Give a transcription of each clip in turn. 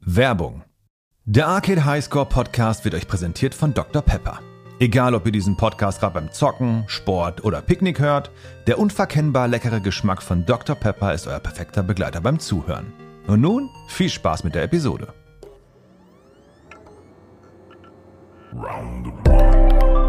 Werbung. Der Arcade Highscore Podcast wird euch präsentiert von Dr. Pepper. Egal, ob ihr diesen Podcast gerade beim Zocken, Sport oder Picknick hört, der unverkennbar leckere Geschmack von Dr. Pepper ist euer perfekter Begleiter beim Zuhören. Und nun viel Spaß mit der Episode. Round one.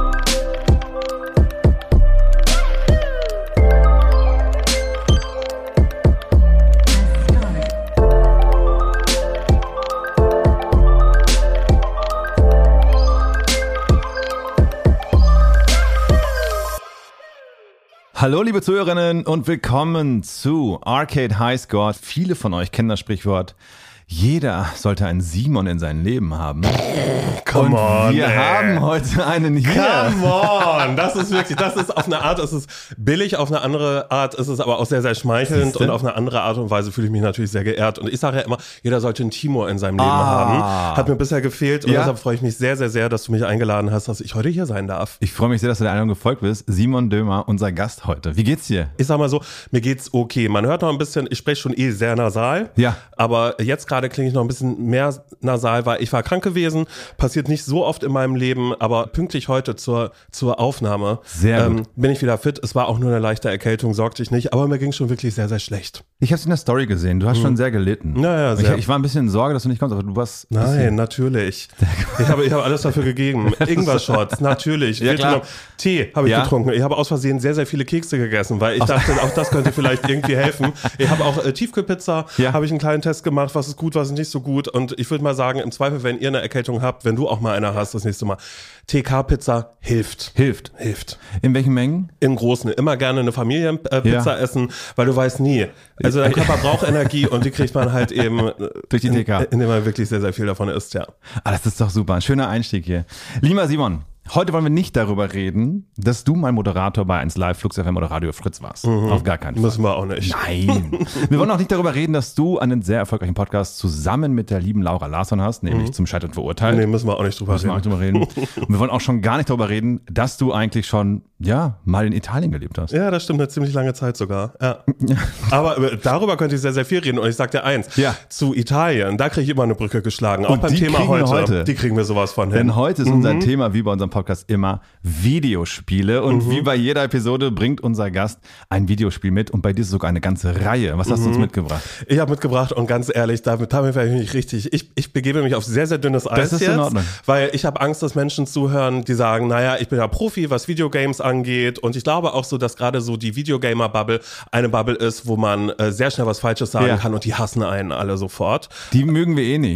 Hallo liebe Zuhörerinnen und willkommen zu Arcade Highscore. Viele von euch kennen das Sprichwort, jeder sollte einen Simon in seinem Leben haben. Come on, wir haben heute einen hier. Come on, das ist wirklich, das ist auf eine Art, es ist billig, auf eine andere Art ist es aber auch sehr, sehr schmeichelnd und auf eine andere Art und Weise fühle ich mich natürlich sehr geehrt. Und ich sage ja immer, jeder sollte einen Timur in seinem Leben haben. Hat mir bisher gefehlt und deshalb freue ich mich sehr, sehr, sehr, dass du mich eingeladen hast, dass ich heute hier sein darf. Ich freue mich sehr, dass du der Einladung gefolgt bist. Simon Dömer, unser Gast heute. Wie geht's dir? Ich sag mal so, mir geht's okay. Man hört noch ein bisschen, ich spreche schon sehr nasal. Ja. Aber jetzt gerade klinge ich noch ein bisschen mehr nasal, weil ich war krank gewesen. Passiert nicht so oft in meinem Leben, aber pünktlich heute zur Aufnahme sehr gut. Bin ich wieder fit. Es war auch nur eine leichte Erkältung, sorgte ich nicht, aber mir ging schon wirklich sehr, sehr schlecht. Ich habe es in der Story gesehen, du hast schon sehr gelitten. Ja, sehr. Ich war ein bisschen in Sorge, dass du nicht kommst, aber du warst... Nein, natürlich. Ich habe alles dafür gegeben. Ingwer-Shots, natürlich. Ja, klar. Tee habe ich getrunken. Ich habe aus Versehen sehr, sehr viele Kekse gegessen, weil ich dachte, auch das könnte vielleicht irgendwie helfen. Ich habe auch Tiefkühlpizza, habe ich einen kleinen Test gemacht, was ist gut, was ist nicht so gut. Und ich würde mal sagen, im Zweifel, wenn ihr eine Erkältung habt, wenn du auch mal eine hast, das nächste Mal, TK-Pizza hilft. Hilft. In welchen Mengen? Im Großen. Immer gerne eine Familienpizza essen, weil du weißt nie. Also dein Körper braucht Energie und die kriegt man halt eben durch die TK. Indem man wirklich sehr, sehr viel davon isst, ja. Das ist doch super. Ein schöner Einstieg hier. Lieber Simon, heute wollen wir nicht darüber reden, dass du mal Moderator bei 1 Live, Flux FM oder Radio Fritz warst. Auf gar keinen Fall. Müssen wir auch nicht. Nein. Wir wollen auch nicht darüber reden, dass du einen sehr erfolgreichen Podcast zusammen mit der lieben Laura Larsson hast, nämlich zum Scheitern verurteilt. Nee, müssen wir auch nicht drüber reden. Und wir wollen auch schon gar nicht darüber reden, dass du eigentlich schon, mal in Italien gelebt hast. Ja, das stimmt, eine ziemlich lange Zeit sogar. Ja. Aber darüber könnte ich sehr, sehr viel reden. Und ich sag dir eins, zu Italien, da kriege ich immer eine Brücke geschlagen. Auch beim Thema heute. Die kriegen wir sowas von hin. Denn heute ist unser Thema, wie bei unserem Podcast immer, Videospiele. Und wie bei jeder Episode bringt unser Gast ein Videospiel mit. Und bei dir ist sogar eine ganze Reihe. Was hast du uns mitgebracht? Ich habe mitgebracht und ganz ehrlich, damit werde ich nicht richtig. Ich begebe mich auf sehr, sehr dünnes Eis jetzt. Das ist in Ordnung. Weil ich habe Angst, dass Menschen zuhören, die sagen, naja, ich bin ja Profi, was Videogames angeht. Und ich glaube auch so, dass gerade so die Videogamer-Bubble eine Bubble ist, wo man sehr schnell was Falsches sagen kann und die hassen einen alle sofort. Die mögen wir eh nicht.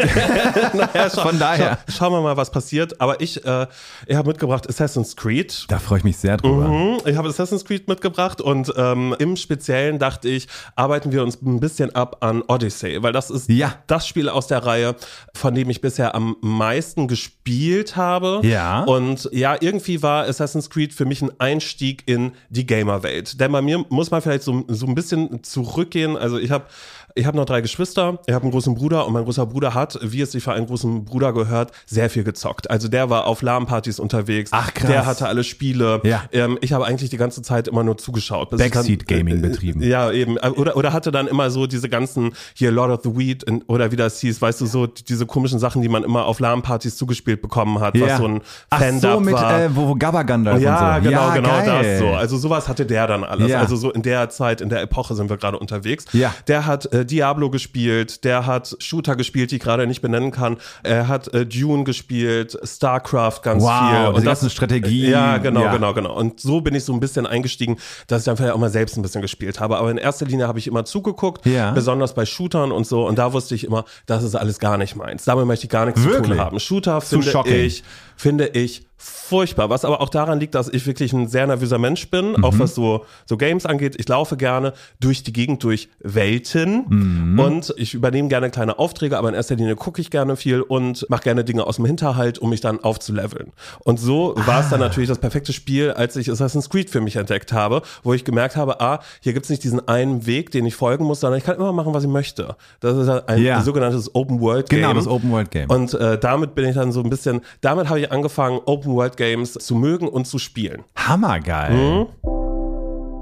Von daher. Schauen wir mal, was passiert. Aber ich habe mitgebracht Assassin's Creed. Da freue ich mich sehr drüber. Ich habe Assassin's Creed mitgebracht und im Speziellen dachte ich, arbeiten wir uns ein bisschen ab an Odyssey, weil das ist das Spiel aus der Reihe, von dem ich bisher am meisten gespielt habe. Ja. Und irgendwie war Assassin's Creed für mich ein Einstieg in die Gamer-Welt. Denn bei mir muss man vielleicht so ein bisschen zurückgehen. Also ich habe noch 3 Geschwister, ich habe einen großen Bruder und mein großer Bruder hat, wie es sich für einen großen Bruder gehört, sehr viel gezockt. Also der war auf LAN-Partys unterwegs. Ach krass. Der hatte alle Spiele. Ja. Ich habe eigentlich die ganze Zeit immer nur zugeschaut. Backseat-Gaming betrieben. Ja, eben. Oder hatte dann immer so diese ganzen, hier Lord of the Weed oder wie das hieß, weißt du, so diese komischen Sachen, die man immer auf LAN-Partys zugespielt bekommen hat, was so ein Fan-Dub war. Wo Gabba Gandalf ja, und so. Genau, geil. das so. Also sowas hatte der dann alles. Ja. Also so in der Zeit, in der Epoche sind wir gerade unterwegs. Ja. Der hat Diablo gespielt, der hat Shooter gespielt, die ich gerade nicht benennen kann. Er hat Dune gespielt, StarCraft ganz viel. Und das ist Strategie. Ja, genau. Und so bin ich so ein bisschen eingestiegen, dass ich dann vielleicht auch mal selbst ein bisschen gespielt habe. Aber in erster Linie habe ich immer zugeguckt, besonders bei Shootern und so. Und da wusste ich immer, das ist alles gar nicht meins. Damit möchte ich gar nichts zu tun haben. Shooter finde ich furchtbar, was aber auch daran liegt, dass ich wirklich ein sehr nervöser Mensch bin, auch was so Games angeht. Ich laufe gerne durch die Gegend, durch Welten und ich übernehme gerne kleine Aufträge, aber in erster Linie gucke ich gerne viel und mache gerne Dinge aus dem Hinterhalt, um mich dann aufzuleveln. Und so war es dann natürlich das perfekte Spiel, als ich Assassin's Creed für mich entdeckt habe, wo ich gemerkt habe, hier gibt's nicht diesen einen Weg, den ich folgen muss, sondern ich kann immer machen, was ich möchte. Das ist ein sogenanntes Open-World-Game. Genau, das Open-World-Game. Und damit bin ich dann so ein bisschen, damit habe ich angefangen, Open-World-Games zu mögen und zu spielen. Hammergeil.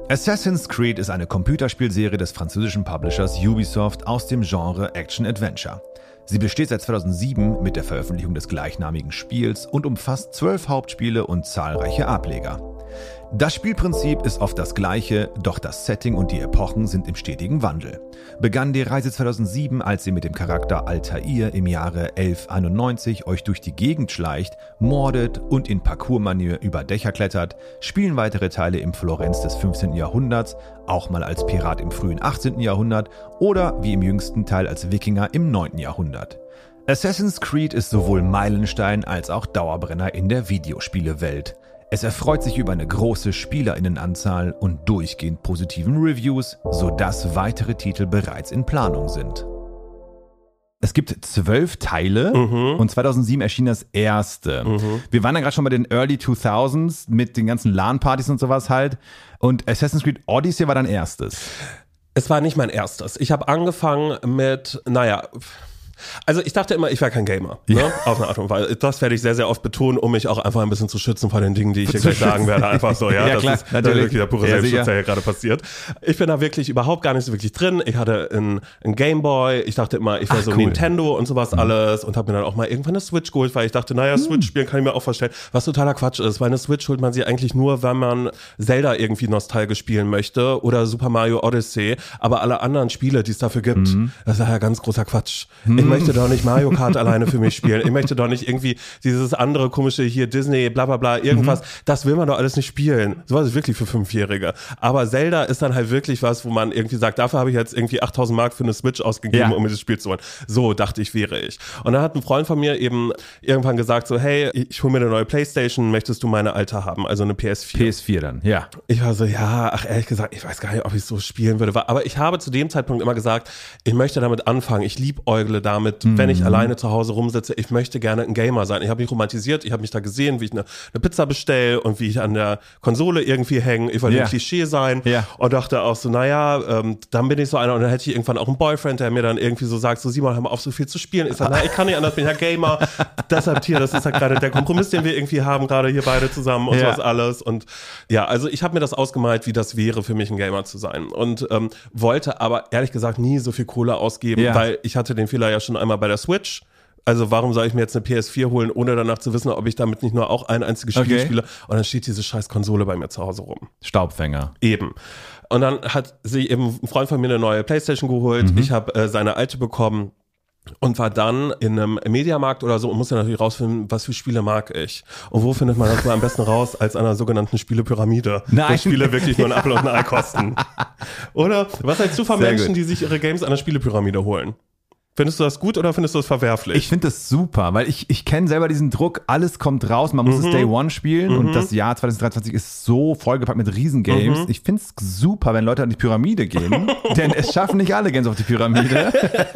Assassin's Creed ist eine Computerspielserie des französischen Publishers Ubisoft aus dem Genre Action-Adventure. Sie besteht seit 2007 mit der Veröffentlichung des gleichnamigen Spiels und umfasst 12 Hauptspiele und zahlreiche Ableger. Das Spielprinzip ist oft das gleiche, doch das Setting und die Epochen sind im stetigen Wandel. Begann die Reise 2007, als ihr mit dem Charakter Altair im Jahre 1191 euch durch die Gegend schleicht, mordet und in Parkour-Manier über Dächer klettert, spielen weitere Teile im Florenz des 15. Jahrhunderts, auch mal als Pirat im frühen 18. Jahrhundert oder wie im jüngsten Teil als Wikinger im 9. Jahrhundert. Assassin's Creed ist sowohl Meilenstein als auch Dauerbrenner in der Videospielewelt. Es erfreut sich über eine große SpielerInnenanzahl und durchgehend positiven Reviews, sodass weitere Titel bereits in Planung sind. Es gibt 12 Teile und 2007 erschien das erste. Wir waren ja gerade schon bei den Early 2000s mit den ganzen LAN-Partys und sowas halt. Und Assassin's Creed Odyssey war dein erstes. Es war nicht mein erstes. Ich habe angefangen mit, also ich dachte immer, ich wäre kein Gamer, ne? Auf eine Art und Weise. Das werde ich sehr, sehr oft betonen, um mich auch einfach ein bisschen zu schützen vor den Dingen, die ich hier gleich sagen werde. Einfach so, ja, das klar, ist wirklich der pure Selbstschutz, der hier gerade passiert. Ich bin da wirklich überhaupt gar nicht so wirklich drin. Ich hatte einen Gameboy, ich dachte immer, ich wäre so cool. Nintendo und sowas alles und habe mir dann auch mal irgendwann eine Switch geholt, weil ich dachte, Switch spielen kann ich mir auch vorstellen, was totaler Quatsch ist, weil eine Switch holt man sie eigentlich nur, wenn man Zelda irgendwie nostalgisch spielen möchte oder Super Mario Odyssey, aber alle anderen Spiele, die es dafür gibt, das ist ja ganz großer Quatsch. Ich möchte doch nicht Mario Kart alleine für mich spielen. Ich möchte doch nicht irgendwie dieses andere komische hier Disney, bla bla bla, irgendwas. Das will man doch alles nicht spielen. Sowas ist wirklich für 5-Jährige. Aber Zelda ist dann halt wirklich was, wo man irgendwie sagt, dafür habe ich jetzt irgendwie 8.000 Mark für eine Switch ausgegeben, um dieses Spiel zu holen. So dachte ich, wäre ich. Und dann hat ein Freund von mir eben irgendwann gesagt so, hey, ich hole mir eine neue Playstation, möchtest du meine alte haben? Also eine PS4. PS4 dann, ja. Ich war so, ehrlich gesagt, ich weiß gar nicht, ob ich so spielen würde. Aber ich habe zu dem Zeitpunkt immer gesagt, ich möchte damit anfangen. Ich liebäugle damit, wenn ich alleine zu Hause rumsitze, ich möchte gerne ein Gamer sein. Ich habe mich romantisiert, ich habe mich da gesehen, wie ich eine Pizza bestelle und wie ich an der Konsole irgendwie hänge. Ich wollte ein Klischee sein und dachte auch so, dann bin ich so einer und dann hätte ich irgendwann auch einen Boyfriend, der mir dann irgendwie so sagt, so Simon, hör mal auf, so viel zu spielen. Ich sage, ich kann nicht anders, bin ja Gamer. Deshalb hier, das ist ja gerade der Kompromiss, den wir irgendwie haben, gerade hier beide zusammen und sowas alles. Und ja, also ich habe mir das ausgemalt, wie das wäre für mich ein Gamer zu sein und wollte aber ehrlich gesagt nie so viel Kohle ausgeben, weil ich hatte den Fehler ja schon einmal bei der Switch. Also warum soll ich mir jetzt eine PS4 holen, ohne danach zu wissen, ob ich damit nicht nur auch ein einziges Spiel spiele? Und dann steht diese scheiß Konsole bei mir zu Hause rum. Staubfänger. Eben. Und dann hat sie eben ein Freund von mir eine neue Playstation geholt. Ich habe seine alte bekommen. Und war dann in einem Mediamarkt oder so und musste natürlich rausfinden, was für Spiele mag ich. Und wo findet man das mal am besten raus als einer sogenannten Spielepyramide? Nein. Wo Spiele wirklich nur ein Apfel und ein Ei kosten. Oder? Was hältst du von Menschen, die sich ihre Games an der Spielepyramide holen? Findest du das gut oder findest du das verwerflich? Ich finde das super, weil ich kenne selber diesen Druck, alles kommt raus, man muss es Day One spielen und das Jahr 2023 ist so vollgepackt mit Riesengames. Ich finde es super, wenn Leute an die Pyramide gehen, denn es schaffen nicht alle Games auf die Pyramide.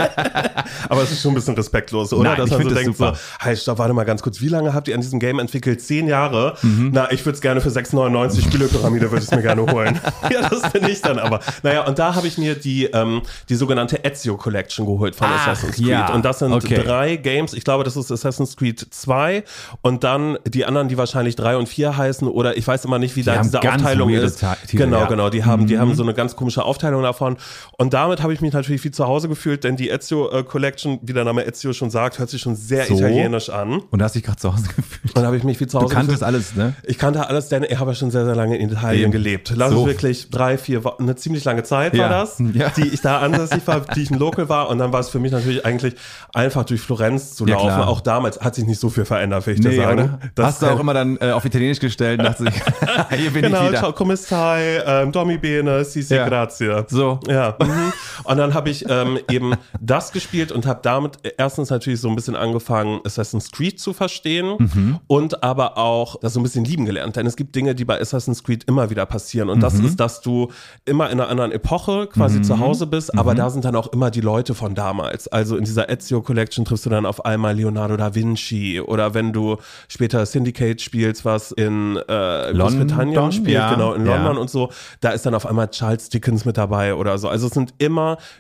Aber es ist schon ein bisschen respektlos, oder? Nein, dass man so denkt, super. Hey, stopp, warte mal ganz kurz, wie lange habt ihr an diesem Game entwickelt? 10 Jahre? Ich würde es gerne für 6,99 Spielepyramide, würde ich es mir gerne holen. Ja, das finde ich dann aber. Und da habe ich mir die sogenannte Ezio Collection geholt von Assassin's Creed. Ja, und das sind 3 Games. Ich glaube, das ist Assassin's Creed 2 und dann die anderen, die wahrscheinlich 3 und 4 heißen oder ich weiß immer nicht, wie da diese Aufteilung ist. Genau. Die haben so eine ganz komische Aufteilung davon. Und damit habe ich mich natürlich wie zu Hause gefühlt, denn die Ezio Collection, wie der Name Ezio schon sagt, hört sich schon sehr italienisch an. Und da hast du dich gerade zu Hause gefühlt. Und da habe ich mich wie zu Hause gefühlt. Du kanntest alles, ne? Ich kannte alles, denn ich habe ja schon sehr, sehr lange in Italien gelebt. Lass es wirklich 3-4 Wochen, eine ziemlich lange Zeit war das, die ich da ansässig war, die ich ein Local war. Und dann war es für mich natürlich eigentlich einfach durch Florenz zu laufen. Klar. Auch damals hat sich nicht so viel verändert, will ich dir sagen. Hast du auch immer dann auf Italienisch gestellt und dachte, hier bin ich wieder. Ciao, come stai, Domi bene, si grazie. So. Ja. Und dann habe ich eben das gespielt und habe damit erstens natürlich so ein bisschen angefangen, Assassin's Creed zu verstehen und aber auch das so ein bisschen lieben gelernt. Denn es gibt Dinge, die bei Assassin's Creed immer wieder passieren. Und das ist, dass du immer in einer anderen Epoche quasi zu Hause bist, aber da sind dann auch immer die Leute von damals. Also in dieser Ezio Collection triffst du dann auf einmal Leonardo da Vinci oder wenn du später Syndicate spielst, was in Großbritannien spielt, genau, in London und so, da ist dann auf einmal Charles Dickens mit dabei oder so. Also es sind immer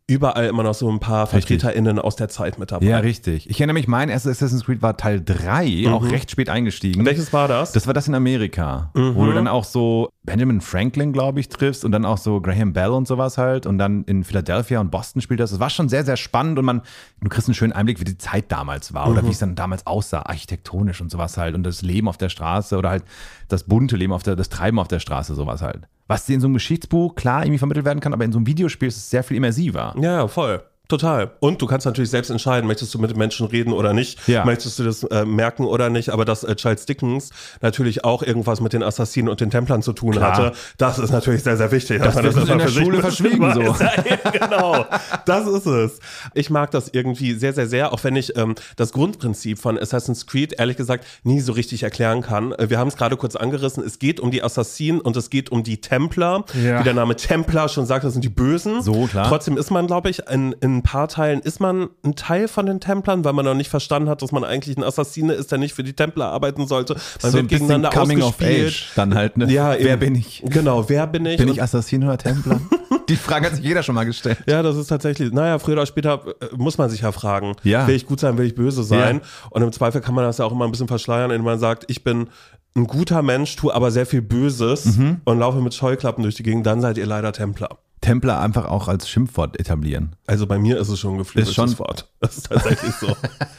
überall immer noch so ein paar VertreterInnen aus der Zeit mit dabei. Ja, richtig. Ich erinnere mich, mein erstes Assassin's Creed war Teil 3, auch recht spät eingestiegen. Welches war das? Das war das in Amerika, wo du dann auch so Benjamin Franklin, glaube ich, triffst und dann auch so Graham Bell und sowas halt und dann in Philadelphia und Boston spielt das. Das war schon sehr, sehr spannend und du kriegst einen schönen Einblick, wie die Zeit damals war oder wie es dann damals aussah, architektonisch und sowas halt und das Leben auf der Straße oder halt das bunte Leben das Treiben auf der Straße, sowas halt. Was in so einem Geschichtsbuch klar irgendwie vermittelt werden kann, aber in so einem Videospiel ist es sehr viel immersiver. Ja, voll. Total. Und du kannst natürlich selbst entscheiden, möchtest du mit den Menschen reden oder nicht, möchtest du das merken oder nicht, aber dass Charles Dickens natürlich auch irgendwas mit den Assassinen und den Templern zu tun hatte, das ist natürlich sehr, sehr wichtig. Das wird in der Schule verschwiegen so. Genau, das ist es. Ich mag das irgendwie sehr, sehr, sehr, auch wenn ich das Grundprinzip von Assassin's Creed ehrlich gesagt nie so richtig erklären kann. Wir haben es gerade kurz angerissen, es geht um die Assassinen und es geht um die Templer. Wie der Name Templer schon sagt, das sind die Bösen. So, klar. Trotzdem ist man, glaube ich, in ein paar Teilen ist man ein Teil von den Templern, weil man noch nicht verstanden hat, dass man eigentlich ein Assassine ist, der nicht für die Templer arbeiten sollte. Man so wird gegeneinander Coming ausgespielt. Of Age dann halt, ne? Ja, wer bin ich? Genau, wer bin ich? Bin ich Assassin oder Templer? Die Frage hat sich jeder schon mal gestellt. Ja, das ist tatsächlich, früher oder später muss man sich ja fragen, will ich gut sein, will ich böse sein? Und im Zweifel kann man das ja auch immer ein bisschen verschleiern, indem man sagt, ich bin ein guter Mensch, tue aber sehr viel Böses und laufe mit Scheuklappen durch die Gegend, dann seid ihr leider Templer. Templer einfach auch als Schimpfwort etablieren. Also bei mir ist es schon ein geflügeltes Wort. Das ist tatsächlich so.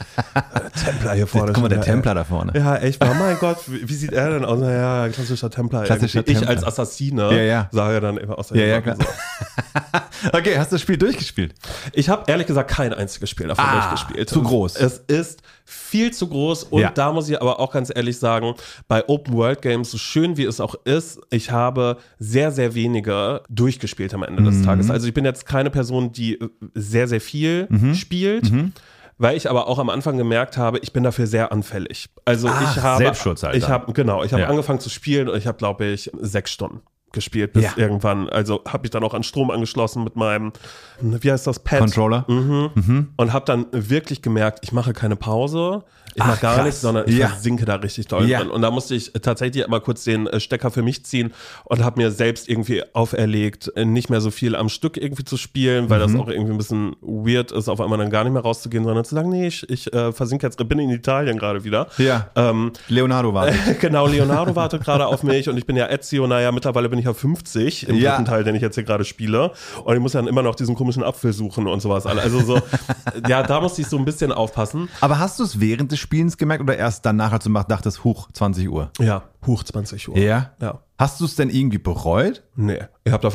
Templer hier vorne. Guck mal, der Templer da vorne. Ja, echt. Oh mein Gott, wie sieht er denn aus? Naja, klassischer Templer. Ich als Assassine sage dann immer aus der klar. So. Okay, hast du das Spiel durchgespielt? Ich habe ehrlich gesagt kein einziges Spiel davon durchgespielt. Zu groß. Es ist viel zu groß und da muss ich aber auch ganz ehrlich sagen, bei Open World Games, so schön wie es auch ist, ich habe sehr, sehr wenige durchgespielt am Ende des Tages. Also ich bin jetzt keine Person, die sehr, sehr viel spielt. Weil ich aber auch am Anfang gemerkt habe, ich bin dafür sehr anfällig. Also ich habe Selbstschutz, Alter. Ich habe angefangen zu spielen und ich habe, glaube ich, 6 Stunden gespielt bis irgendwann. Also habe ich dann auch an Strom angeschlossen mit meinem, wie heißt das, Pad? Controller. Und habe dann wirklich gemerkt, ich mache keine Pause. Ich mache gar nichts, sondern ich versinke da richtig doll drin. Und da musste ich tatsächlich mal kurz den Stecker für mich ziehen und habe mir selbst irgendwie auferlegt, nicht mehr so viel am Stück irgendwie zu spielen, weil das auch irgendwie ein bisschen weird ist, auf einmal dann gar nicht mehr rauszugehen, sondern zu sagen, nee, ich versinke jetzt, bin in Italien gerade wieder. Ja, Leonardo wartet. Genau, Leonardo wartet gerade auf mich und ich bin ja Ezio, mittlerweile bin ich ja 50 im dritten Teil, den ich jetzt hier gerade spiele und ich muss dann immer noch diesen komischen Apfel suchen und sowas. Also so, da musste ich so ein bisschen aufpassen. Aber hast du es während des Spielens gemerkt oder erst danach, als du dachtest, 20 Uhr? Ja, 20 Uhr. Ja? Hast du es denn irgendwie bereut? Nee, ich habe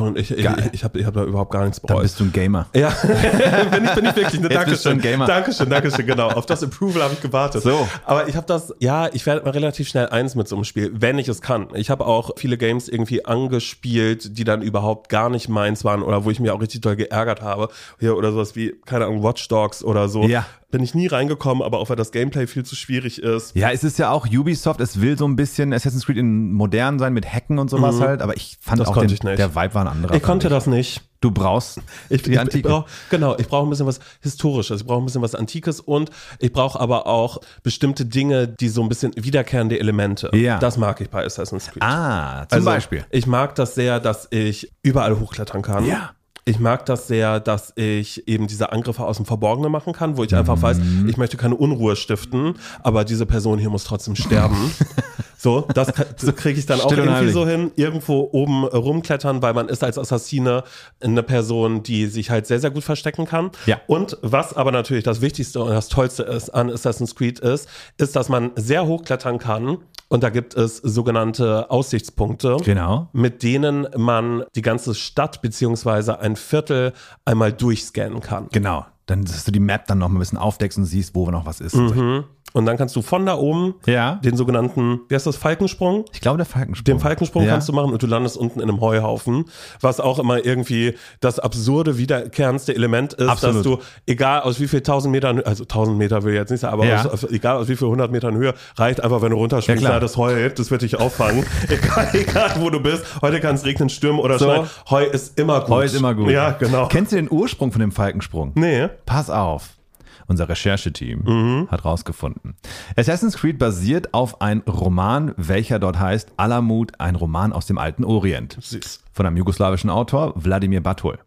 hab da überhaupt gar nichts bereut. Dann bist du ein Gamer. Ja, bin ich wirklich. Dankeschön, Gamer. Dankeschön, genau. Auf das Approval habe ich gewartet. So. Aber ich habe ich werde mal relativ schnell eins mit so einem Spiel, wenn ich es kann. Ich habe auch viele Games irgendwie angespielt, die dann überhaupt gar nicht meins waren oder wo ich mich auch richtig doll geärgert habe. Hier oder sowas wie, keine Ahnung, Watch Dogs oder so. Ja. Bin ich nie reingekommen, aber auch weil das Gameplay viel zu schwierig ist. Ja, es ist ja auch Ubisoft, es will so ein bisschen Assassin's Creed in modern sein, mit Hacken und sowas halt, aber ich fand das auch der Vibe war ein anderer. Ich konnte das nicht. Du brauchst die Antike. Ich brauche ein bisschen was Historisches, ich brauche ein bisschen was Antikes und ich brauche aber auch bestimmte Dinge, die so ein bisschen wiederkehrende Elemente. Ja. Das mag ich bei Assassin's Creed. Zum Beispiel. Ich mag das sehr, dass ich überall hochklettern kann. Ja. Ich mag das sehr, dass ich eben diese Angriffe aus dem Verborgenen machen kann, wo ich einfach weiß, ich möchte keine Unruhe stiften, aber diese Person hier muss trotzdem sterben. So, das kriege ich dann auch irgendwie so hin. Irgendwo oben rumklettern, weil man ist als Assassine eine Person, die sich halt sehr, sehr gut verstecken kann. Ja. Und was aber natürlich das Wichtigste und das Tollste ist an Assassin's Creed ist, dass man sehr hochklettern kann. Und da gibt es sogenannte Aussichtspunkte, mit denen man die ganze Stadt beziehungsweise ein Viertel einmal durchscannen kann. Genau, dann dass du die Map dann noch mal ein bisschen aufdeckst und siehst, wo noch was ist. Und dann kannst du von da oben den sogenannten, wie heißt das, Falkensprung? Ich glaube, der Falkensprung. Den Falkensprung kannst du machen und du landest unten in einem Heuhaufen, was auch immer irgendwie das absurde, wiederkehrendste Element ist, dass du, egal aus wie viel 1000 Metern, also 1000 Meter will ich jetzt nicht sagen, aber egal aus wie viel 100 Metern Höhe, reicht einfach, wenn du runterspringst, das Heu, das wird dich auffangen. egal wo du bist, heute kann es regnen, stürmen oder schneien, Heu ist immer gut. Heu ist immer gut. Ja, genau. Kennst du den Ursprung von dem Falkensprung? Nee. Pass auf. Unser Rechercheteam hat rausgefunden. Assassin's Creed basiert auf einem Roman, welcher dort heißt Alamut, ein Roman aus dem alten Orient. Süß. Von einem jugoslawischen Autor, Wladimir Batol.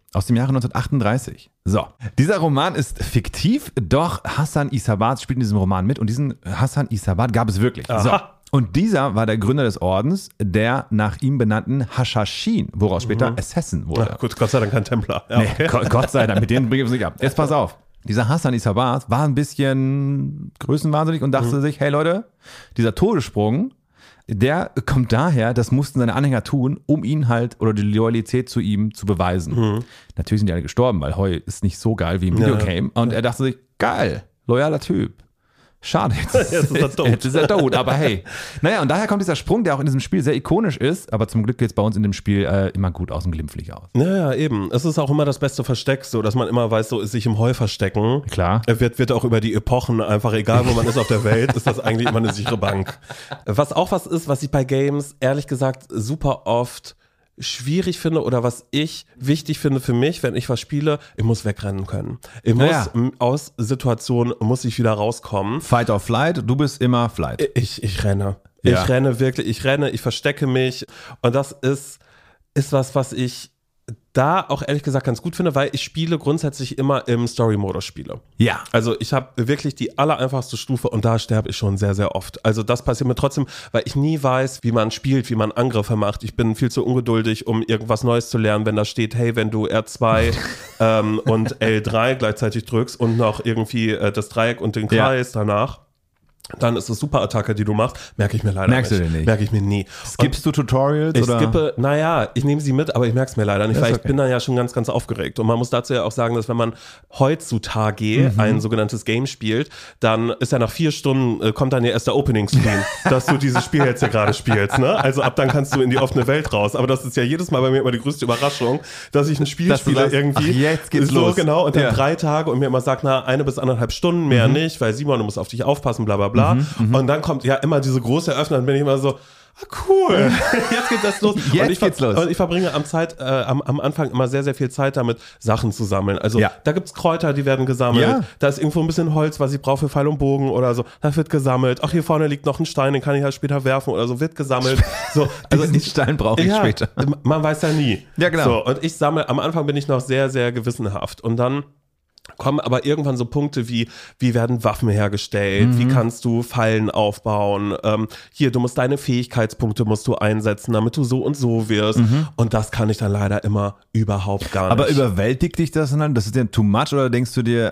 aus dem Jahre 1938. So, dieser Roman ist fiktiv, doch Hassan Isabat spielt in diesem Roman mit und diesen Hassan Isabat gab es wirklich. Aha. So. Und dieser war der Gründer des Ordens, der nach ihm benannten Hashashin, woraus später Assassin wurde. Ja, gut, Gott sei Dank kein Templer. Ja, okay. Gott sei Dank, mit denen bringen wir es nicht ab. Jetzt pass auf. Dieser Hassan Isabat war ein bisschen größenwahnsinnig und dachte sich, hey Leute, dieser Todessprung, der kommt daher, das mussten seine Anhänger tun, um ihn halt oder die Loyalität zu ihm zu beweisen. Natürlich sind die alle gestorben, weil Heu ist nicht so geil wie im Videogame. Und er dachte sich, geil, loyaler Typ. Schade, jetzt ist er tot, aber hey. Naja, und daher kommt dieser Sprung, der auch in diesem Spiel sehr ikonisch ist, aber zum Glück geht es bei uns in dem Spiel immer gut aus und glimpflich aus. Ja, eben. Es ist auch immer das beste Versteck, so dass man immer weiß, so ist sich im Heu verstecken. Klar. Wird auch über die Epochen einfach, egal wo man ist auf der Welt, ist das eigentlich immer eine sichere Bank. Was auch was ist, was ich bei Games ehrlich gesagt super oft schwierig finde oder was ich wichtig finde für mich, wenn ich was spiele, ich muss wegrennen können. Ich muss aus Situationen, muss ich wieder rauskommen. Fight or Flight, du bist immer Flight. Ich renne. Ja. Ich renne wirklich, ich verstecke mich und das ist was ich da auch ehrlich gesagt ganz gut finde, weil ich spiele grundsätzlich immer im Story-Modus spiele. Ja. Also ich habe wirklich die allereinfachste Stufe und da sterbe ich schon sehr, sehr oft. Also das passiert mir trotzdem, weil ich nie weiß, wie man spielt, wie man Angriffe macht. Ich bin viel zu ungeduldig, um irgendwas Neues zu lernen, wenn da steht, hey, wenn du R2 und L3 gleichzeitig drückst und noch irgendwie das Dreieck und den Kreis danach, dann ist es Superattacke, die du machst, merke ich mir leider Merkst nicht. Du denn nicht? Merke ich mir nie. Skippst du Tutorials? Ich skippe, ich nehme sie mit, aber ich merke es mir leider nicht, weil ich bin dann ja schon ganz, ganz aufgeregt. Und man muss dazu ja auch sagen, dass wenn man heutzutage ein sogenanntes Game spielt, dann ist ja nach 4 Stunden, kommt dann ja erst der Opening-Screen, dass du dieses Spiel jetzt ja gerade spielst. Ne? Also ab dann kannst du in die offene Welt raus. Aber das ist ja jedes Mal bei mir immer die größte Überraschung, dass ich ein Spiel spiele irgendwie. Jetzt geht's so los. Genau, und dann 3 Tage und mir immer sagt, 1 bis 1,5 Stunden, mehr nicht, weil Simon, du musst auf dich aufpassen, bla bla bla. Und dann kommt ja immer diese große Eröffnung, dann bin ich immer so, cool, jetzt geht das los. Und ich verbringe am Anfang immer sehr, sehr viel Zeit damit, Sachen zu sammeln. Also da gibt's Kräuter, die werden gesammelt. Ja. Da ist irgendwo ein bisschen Holz, was ich brauche für Pfeil und Bogen oder so. Das wird gesammelt. Ach, hier vorne liegt noch ein Stein, den kann ich halt später werfen oder so. Wird gesammelt. So, also den Stein brauche ich später. Man weiß ja nie. Ja, genau. So, und ich sammle, am Anfang bin ich noch sehr, sehr gewissenhaft. Und dann kommen aber irgendwann so Punkte wie werden Waffen hergestellt, wie kannst du Fallen aufbauen, hier, du musst deine Fähigkeitspunkte einsetzen, damit du so und so wirst und das kann ich dann leider immer überhaupt gar nicht. Aber überwältigt dich das dann? Das ist dir too much oder denkst du dir,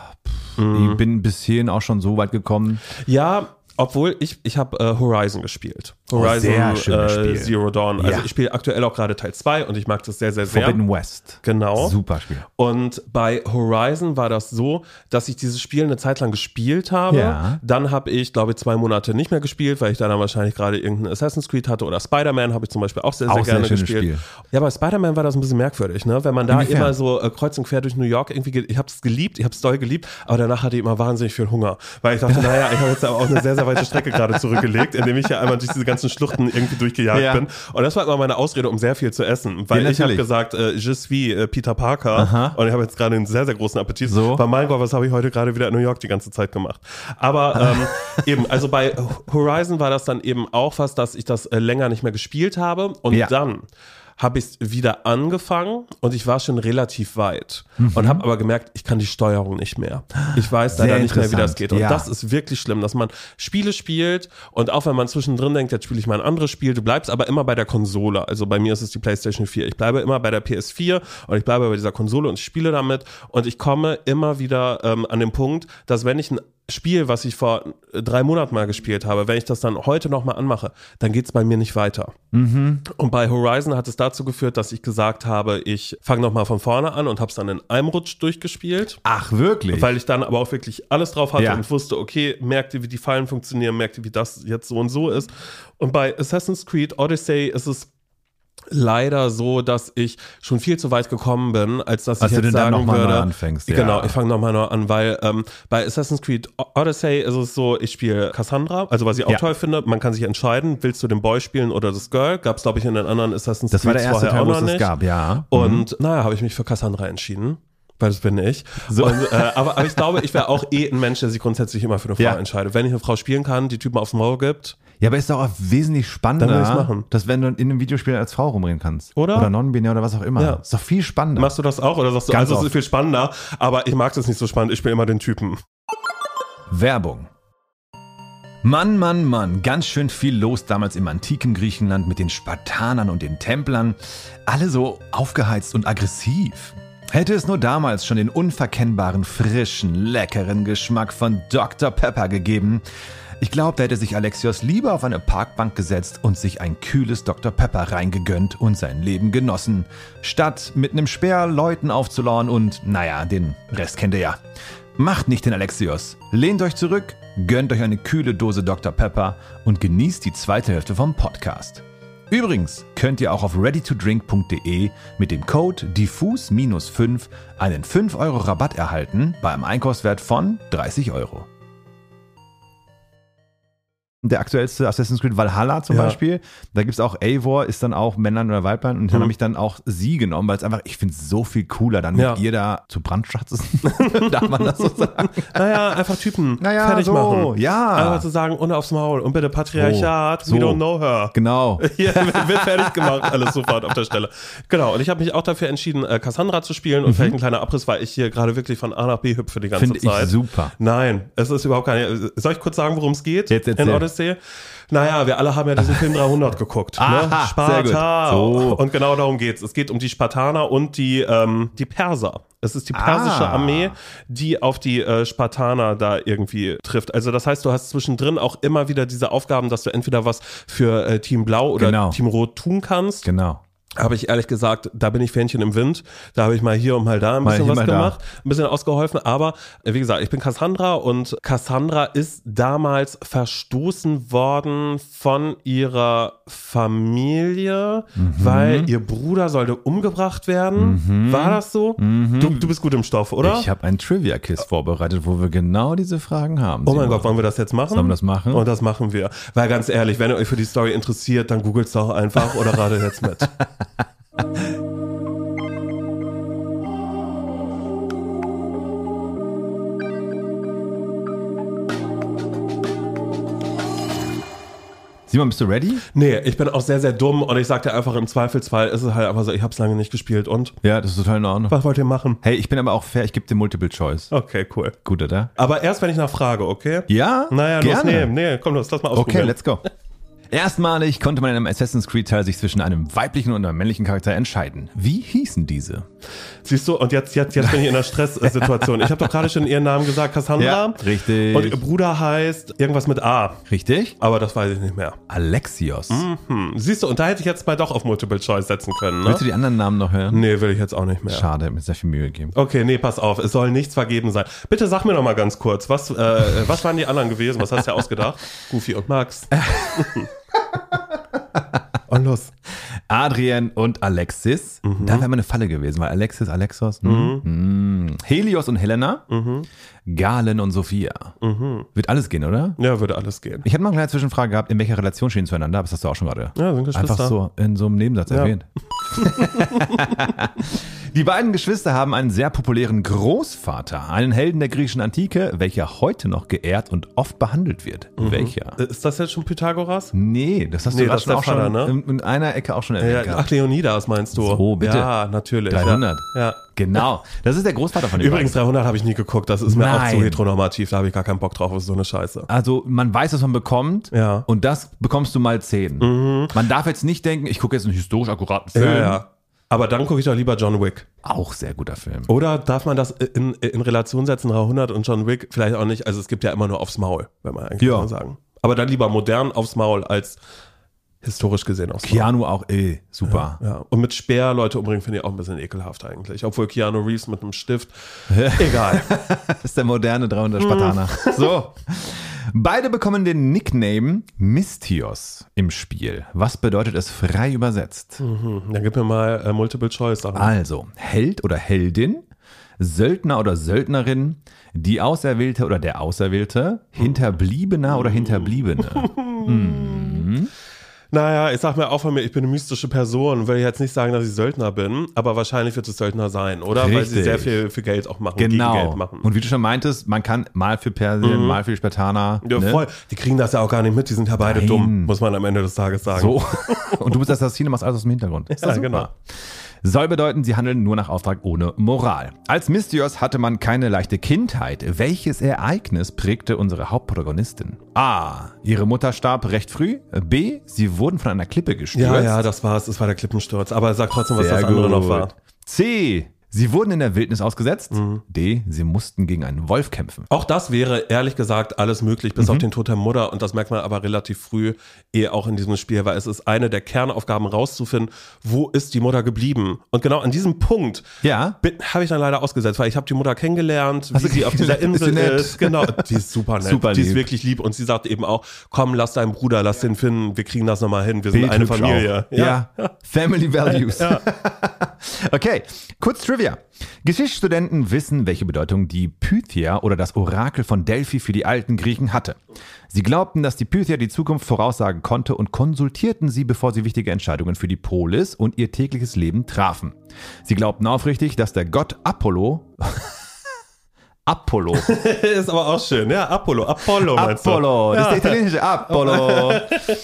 ich bin bis hierhin auch schon so weit gekommen? Ja, obwohl ich habe Horizon gespielt. Horizon Zero Dawn. Also ich spiele aktuell auch gerade Teil 2 und ich mag das sehr, sehr, sehr. Forbidden West. Genau. Super Spiel. Und bei Horizon war das so, dass ich dieses Spiel eine Zeit lang gespielt habe. Ja. Dann habe ich, glaube ich, 2 Monate nicht mehr gespielt, weil ich dann wahrscheinlich gerade irgendein Assassin's Creed hatte oder Spider-Man habe ich zum Beispiel auch sehr, sehr gerne gespielt. Spiel. Ja, bei Spider-Man war das ein bisschen merkwürdig, ne? Wenn man da immer so kreuz und quer durch New York irgendwie geht. Ich habe es geliebt, ich habe es doll geliebt, aber danach hatte ich immer wahnsinnig viel Hunger. Weil ich dachte, ich habe jetzt aber auch eine sehr, sehr weite Strecke gerade zurückgelegt, indem ich ja einmal durch diese ganzen Schluchten irgendwie durchgejagt bin. Und das war immer meine Ausrede, um sehr viel zu essen. Weil ich habe gesagt, je suis Peter Parker. Aha. Und ich habe jetzt gerade einen sehr, sehr großen Appetit. So. Weil mein Gott, was habe ich heute gerade wieder in New York die ganze Zeit gemacht. Aber eben, also bei Horizon war das dann eben auch was, dass ich das länger nicht mehr gespielt habe. Und dann habe ich es wieder angefangen und ich war schon relativ weit und habe aber gemerkt, ich kann die Steuerung nicht mehr. Ich weiß leider nicht mehr, wie das geht. Und das ist wirklich schlimm, dass man Spiele spielt und auch wenn man zwischendrin denkt, jetzt spiele ich mal ein anderes Spiel, du bleibst aber immer bei der Konsole. Also bei mir ist es die PlayStation 4. Ich bleibe immer bei der PS4 und ich bleibe bei dieser Konsole und ich spiele damit und ich komme immer wieder an den Punkt, dass wenn ich ein Spiel, was ich vor 3 Monaten mal gespielt habe, wenn ich das dann heute nochmal anmache, dann geht es bei mir nicht weiter. Und bei Horizon hat es dazu geführt, dass ich gesagt habe, ich fange nochmal von vorne an und habe es dann in einem Rutsch durchgespielt. Ach, wirklich? Weil ich dann aber auch wirklich alles drauf hatte und wusste, okay, merkte, wie die Fallen funktionieren, merkte, wie das jetzt so und so ist. Und bei Assassin's Creed Odyssey ist es leider so, dass ich schon viel zu weit gekommen bin, als dass ich jetzt sagen würde, neu anfängst, genau, ich fange nochmal neu an, weil bei Assassin's Creed Odyssey ist es so, ich spiele Cassandra, also was ich auch toll finde, man kann sich entscheiden, willst du den Boy spielen oder das Girl, gab es glaube ich in den anderen Assassin's Creed vorher auch noch nicht. Das gab, ja. Und naja, habe ich mich für Cassandra entschieden. Weil das bin ich. So. Und, aber ich glaube, ich wäre auch ein Mensch, der sich grundsätzlich immer für eine Frau entscheidet. Wenn ich eine Frau spielen kann, die Typen aufs Maul gibt. Ja, aber ist doch auch wesentlich spannender, dass wenn du in einem Videospiel als Frau rumrennen kannst. Oder non-binär oder was auch immer. Ja. Ist doch viel spannender. Machst du das auch oder sagst du, also es ist viel spannender, aber ich mag das nicht so spannend, ich spiele immer den Typen. Werbung. Mann, Mann, Mann, ganz schön viel los damals im antiken Griechenland mit den Spartanern und den Templern. Alle so aufgeheizt und aggressiv. Hätte es nur damals schon den unverkennbaren, frischen, leckeren Geschmack von Dr. Pepper gegeben. Ich glaube, da hätte sich Alexios lieber auf eine Parkbank gesetzt und sich ein kühles Dr. Pepper reingegönnt und sein Leben genossen, statt mit einem Speer Leuten aufzulauern und, naja, den Rest kennt ihr ja. Macht nicht den Alexios. Lehnt euch zurück, gönnt euch eine kühle Dose Dr. Pepper und genießt die zweite Hälfte vom Podcast. Übrigens könnt ihr auch auf readytodrink.de mit dem Code diffus-5 einen 5 € Rabatt erhalten bei einem Einkaufswert von 30 €. Der aktuellste Assassin's Creed Valhalla zum Beispiel, da gibt es auch Eivor, ist dann auch Männlein oder Weiblein und dann habe ich dann auch sie genommen, weil es einfach, ich finde es so viel cooler, dann mit ihr da zu brandschatzen. Darf man das so sagen? Naja, einfach Typen fertig machen. Ja. Einfach zu sagen, ohne aufs Maul und bitte Patriarchat, we don't know her. Genau. Hier wird fertig gemacht, alles sofort auf der Stelle. Genau, und ich habe mich auch dafür entschieden, Cassandra zu spielen und vielleicht ein kleiner Abriss, weil ich hier gerade wirklich von A nach B hüpfe die ganze Zeit. Finde ich super. Nein, es ist überhaupt keine. Soll ich kurz sagen, worum es geht? Jetzt erzähl. Naja, wir alle haben ja diesen Film 300 geguckt. Aha, Sparta. So. Und genau darum geht's. Es geht um die Spartaner und die Perser. Es ist die persische Armee, die auf die Spartaner da irgendwie trifft. Also das heißt, du hast zwischendrin auch immer wieder diese Aufgaben, dass du entweder was für Team Blau oder Team Rot tun kannst. Genau. Habe ich ehrlich gesagt, da bin ich Fähnchen im Wind. Da habe ich mal hier und mal da ein bisschen was gemacht, ein bisschen ausgeholfen. Aber wie gesagt, ich bin Cassandra und Cassandra ist damals verstoßen worden von ihrer Familie, weil ihr Bruder sollte umgebracht werden. War das so? Du bist gut im Stoff, oder? Ich habe einen Trivia-Quiz vorbereitet, wo wir genau diese Fragen haben. Oh mein Gott, wollen wir das jetzt machen? Sollen wir das machen? Und das machen wir. Weil ganz ehrlich, wenn ihr euch für die Story interessiert, dann googelt's doch einfach oder ratet jetzt mit. Simon, bist du ready? Nee, ich bin auch sehr, sehr dumm und ich sag dir einfach, im Zweifelsfall ist es halt einfach so, ich hab's lange nicht gespielt und? Ja, das ist total in Ordnung. Was wollt ihr machen? Hey, ich bin aber auch fair, ich gebe dir Multiple Choice. Okay, cool. Gut, oder? Aber erst, wenn ich nachfrage, okay? Ja, naja, gerne. Nee, komm, lass mal ausprobieren. Okay, let's go. Erstmalig konnte man in einem Assassin's Creed-Teil sich zwischen einem weiblichen und einem männlichen Charakter entscheiden. Wie hießen diese? Siehst du, und jetzt bin ich in einer Stresssituation. Ich habe doch gerade schon ihren Namen gesagt, Cassandra. Ja, richtig. Und ihr Bruder heißt irgendwas mit A. Richtig. Aber das weiß ich nicht mehr. Alexios. Siehst du, und da hätte ich jetzt mal doch auf Multiple Choice setzen können. Ne? Willst du die anderen Namen noch hören? Nee, will ich jetzt auch nicht mehr. Schade, hat mir sehr viel Mühe gegeben. Okay, nee, pass auf, es soll nichts vergeben sein. Bitte sag mir noch mal ganz kurz, was waren die anderen gewesen? Was hast du dir ausgedacht? Goofy und Max. Und los. Adrian und Alexis. Da wäre mal eine Falle gewesen, weil Alexis, Alexos. Helios und Helena. Galen und Sophia. Wird alles gehen, oder? Ja, würde alles gehen. Ich hätte mal eine kleine Zwischenfrage gehabt, in welcher Relation stehen zueinander, aber das hast du auch schon gerade sind Geschwister. Einfach so in so einem Nebensatz erwähnt. Die beiden Geschwister haben einen sehr populären Großvater, einen Helden der griechischen Antike, welcher heute noch geehrt und oft behandelt wird. Welcher? Ist das jetzt schon Pythagoras? Nee, das hast du gerade schon, Vater, schon in einer Ecke auch schon erwähnt. Ach, Leonidas meinst du? So, bitte. Ja, natürlich. 300. Ja. Genau, das ist der Großvater von den Übrigens, beiden. 300 habe ich nie geguckt, das ist mir Nein. auch zu heteronormativ, da habe ich gar keinen Bock drauf, das ist so eine Scheiße. Also man weiß, was man bekommt und das bekommst du mal 10. Man darf jetzt nicht denken, ich gucke jetzt einen historisch akkuraten Film. Ja. Aber dann gucke ich doch lieber John Wick. Auch sehr guter Film. Oder darf man das in Relation setzen, 300 und John Wick? Vielleicht auch nicht. Also es gibt ja immer nur aufs Maul, wenn man eigentlich mal sagen. Aber dann lieber modern aufs Maul als historisch gesehen aufs Maul. Keanu auch, super. Ja. Und mit Speer Leute umbringen, finde ich auch ein bisschen ekelhaft eigentlich. Obwohl Keanu Reeves mit einem Stift, egal. Das ist der moderne 300 Spartaner. So. Beide bekommen den Nickname Misthios im Spiel. Was bedeutet es frei übersetzt? Dann gib mir mal Multiple Choice. Also, Held oder Heldin, Söldner oder Söldnerin, die Auserwählte oder der Auserwählte, Hinterbliebener oder Hinterbliebene. Naja, ich sag mir auch von mir, ich bin eine mystische Person, will jetzt nicht sagen, dass ich Söldner bin, aber wahrscheinlich wird es Söldner sein, oder? Richtig. Weil sie sehr viel für Geld auch machen, genau. gegen Geld machen. Und wie du schon meintest, man kann mal für Persien, mal für die Spartaner. Ja, voll. Die kriegen das ja auch gar nicht mit, die sind ja beide dumm, muss man am Ende des Tages sagen. So. Und du bist Assassine, machst alles aus dem Hintergrund. Ja, genau. Soll bedeuten, sie handeln nur nach Auftrag ohne Moral. Als Misthios hatte man keine leichte Kindheit. Welches Ereignis prägte unsere Hauptprotagonistin? A. Ihre Mutter starb recht früh. B. Sie wurden von einer Klippe gestürzt. Ja, das war's. Es war der Klippensturz. Aber sag trotzdem, was das andere noch war. C. Sie wurden in der Wildnis ausgesetzt. D. Sie mussten gegen einen Wolf kämpfen. Auch das wäre, ehrlich gesagt, alles möglich, bis auf den Tod der Mutter. Und das merkt man aber relativ früh auch in diesem Spiel, weil es ist eine der Kernaufgaben rauszufinden, wo ist die Mutter geblieben. Und genau an diesem Punkt habe ich dann leider ausgesetzt, weil ich habe die Mutter kennengelernt, wie sie auf dieser Insel ist. Genau, die ist super nett. Super die ist lieb. wirklich lieb. Und sie sagt eben auch, komm, lass deinen Bruder, lass den finden, wir kriegen das nochmal hin. Wir sind eine Familie. Ja. Family Values. Ja. Okay, kurz Trivia. Geschichtsstudenten wissen, welche Bedeutung die Pythia oder das Orakel von Delphi für die alten Griechen hatte. Sie glaubten, dass die Pythia die Zukunft voraussagen konnte und konsultierten sie, bevor sie wichtige Entscheidungen für die Polis und ihr tägliches Leben trafen. Sie glaubten aufrichtig, dass der Gott Apollo ist aber auch schön, ja, Apollo meinst du? Apollo, das ist der italienische Apollo.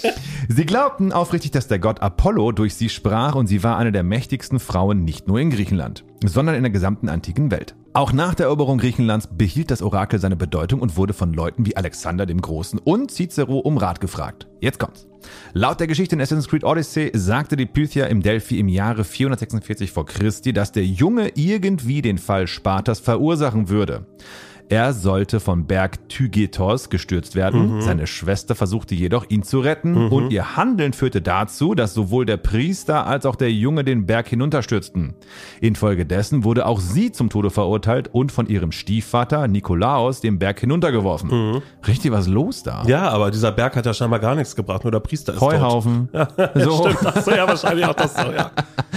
Sie glaubten aufrichtig, dass der Gott Apollo durch sie sprach und sie war eine der mächtigsten Frauen nicht nur in Griechenland, sondern in der gesamten antiken Welt. Auch nach der Eroberung Griechenlands behielt das Orakel seine Bedeutung und wurde von Leuten wie Alexander dem Großen und Cicero um Rat gefragt. Jetzt kommt's. Laut der Geschichte in Assassin's Creed Odyssey sagte die Pythia im Delphi im Jahre 446 vor Christi, dass der Junge irgendwie den Fall Spartas verursachen würde. Er sollte vom Berg Tygetos gestürzt werden. Seine Schwester versuchte jedoch, ihn zu retten. Und ihr Handeln führte dazu, dass sowohl der Priester als auch der Junge den Berg hinunterstürzten. Infolgedessen wurde auch sie zum Tode verurteilt und von ihrem Stiefvater Nikolaos den Berg hinuntergeworfen. Richtig was los da? Ja, aber dieser Berg hat ja scheinbar gar nichts gebracht. Nur der Priester ist Heuhaufen. tot. Ja, so. Stimmt, das so, ja, wahrscheinlich auch das so, ja.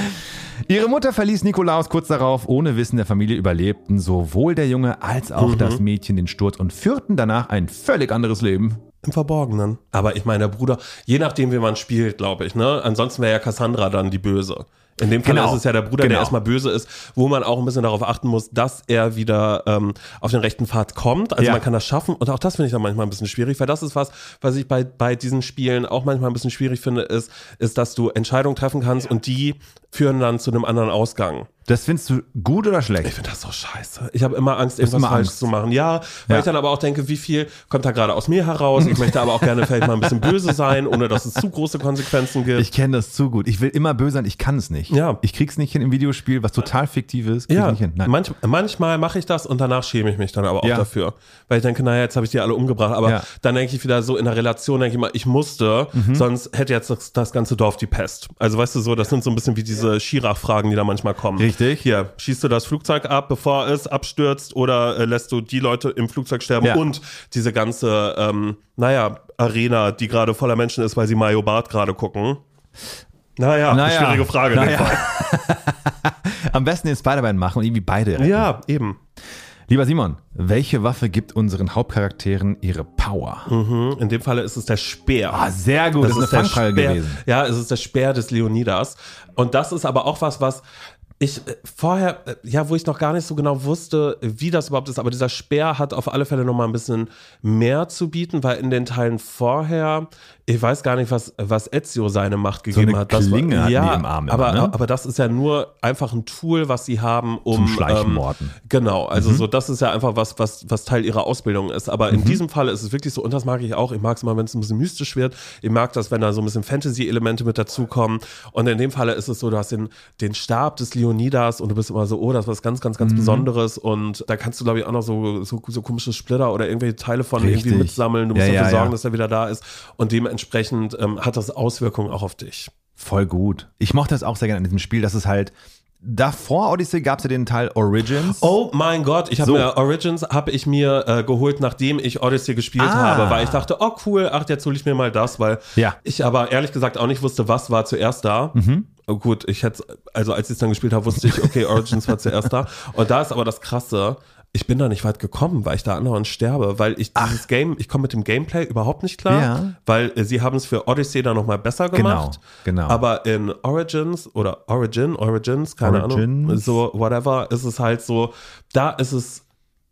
Ihre Mutter verließ Nikolaos kurz darauf. Ohne Wissen der Familie überlebten sowohl der Junge als auch das Mädchen den Sturz und führten danach ein völlig anderes Leben. Im Verborgenen. Aber ich meine, der Bruder, je nachdem, wie man spielt, glaube ich, ne? Ansonsten wäre ja Cassandra dann die Böse. In dem Fall ist es ja der Bruder, der erstmal böse ist, wo man auch ein bisschen darauf achten muss, dass er wieder auf den rechten Pfad kommt. Also man kann das schaffen und auch das finde ich dann manchmal ein bisschen schwierig, weil das ist was ich bei diesen Spielen auch manchmal ein bisschen schwierig finde, ist, dass du Entscheidungen treffen kannst und die führen dann zu einem anderen Ausgang. Das findest du gut oder schlecht? Ich finde das so scheiße. Ich habe immer Angst, irgendwas falsch zu machen. Ja, weil ich dann aber auch denke, wie viel kommt da gerade aus mir heraus? Ich möchte aber auch gerne vielleicht mal ein bisschen böse sein, ohne dass es zu große Konsequenzen gibt. Ich kenne das zu gut. Ich will immer böse sein, ich kann es nicht. Ja. Ich krieg's nicht hin im Videospiel, was total fiktiv ist. Krieg ich nicht hin. Nein. Manchmal mache ich das und danach schäme ich mich dann aber auch dafür. Weil ich denke, naja, jetzt habe ich die alle umgebracht. Aber dann denke ich wieder so in der Relation, denke ich mal, ich musste, sonst hätte jetzt das ganze Dorf die Pest. Also weißt du so, das sind so ein bisschen wie diese Schirach-Fragen, die da manchmal kommen. Richtig. Hier, schießt du das Flugzeug ab, bevor es abstürzt oder lässt du die Leute im Flugzeug sterben und diese ganze, Arena, die gerade voller Menschen ist, weil sie Mario Barth gerade gucken. Schwierige Frage in dem Fall. Am besten den Spider-Man machen und irgendwie beide retten. Ja, eben. Lieber Simon, welche Waffe gibt unseren Hauptcharakteren ihre Power? In dem Falle ist es der Speer. Ah, sehr gut, das ist eine Fangfrage gewesen. Ja, es ist der Speer des Leonidas. Und das ist aber auch was ich vorher, wo ich noch gar nicht so genau wusste, wie das überhaupt ist, aber dieser Speer hat auf alle Fälle nochmal ein bisschen mehr zu bieten, weil in den Teilen vorher, ich weiß gar nicht, was Ezio seine Macht gegeben hat. Das Klinge hat im Arm immer, ne? aber das ist ja nur einfach ein Tool, was sie haben, um zum Schleichenmorden. Genau, also so, das ist ja einfach was Teil ihrer Ausbildung ist. Aber in diesem Fall ist es wirklich so, und das mag ich auch, ich mag es immer, wenn es ein bisschen mystisch wird, ich mag das, wenn da so ein bisschen Fantasy-Elemente mit dazukommen. Und in dem Falle ist es so, du hast den Stab des Leonidas und du bist immer so, oh, das ist was ganz, ganz, ganz Besonderes. Und da kannst du, glaube ich, auch noch so komische Splitter oder irgendwelche Teile von irgendwie mitsammeln. Du musst dafür sorgen, dass er wieder da ist. Und dementsprechend hat das Auswirkungen auch auf dich. Voll gut. Ich mochte das auch sehr gerne an diesem Spiel, dass es halt davor Odyssey gab es ja den Teil Origins. Oh mein Gott, Origins habe ich mir geholt, nachdem ich Odyssey gespielt habe, weil ich dachte, oh cool, jetzt hole ich mir mal das, weil ich aber ehrlich gesagt auch nicht wusste, was war zuerst da. Oh gut, als ich es dann gespielt habe, wusste ich, okay, Origins war zuerst da. Und da ist aber das Krasse, ich bin da nicht weit gekommen, weil ich da andauernd sterbe, weil ich dieses Game, ich komme mit dem Gameplay überhaupt nicht klar, weil sie haben es für Odyssey da nochmal besser gemacht. Genau. Aber in Origins, keine Ahnung, so whatever, ist es halt so, da ist es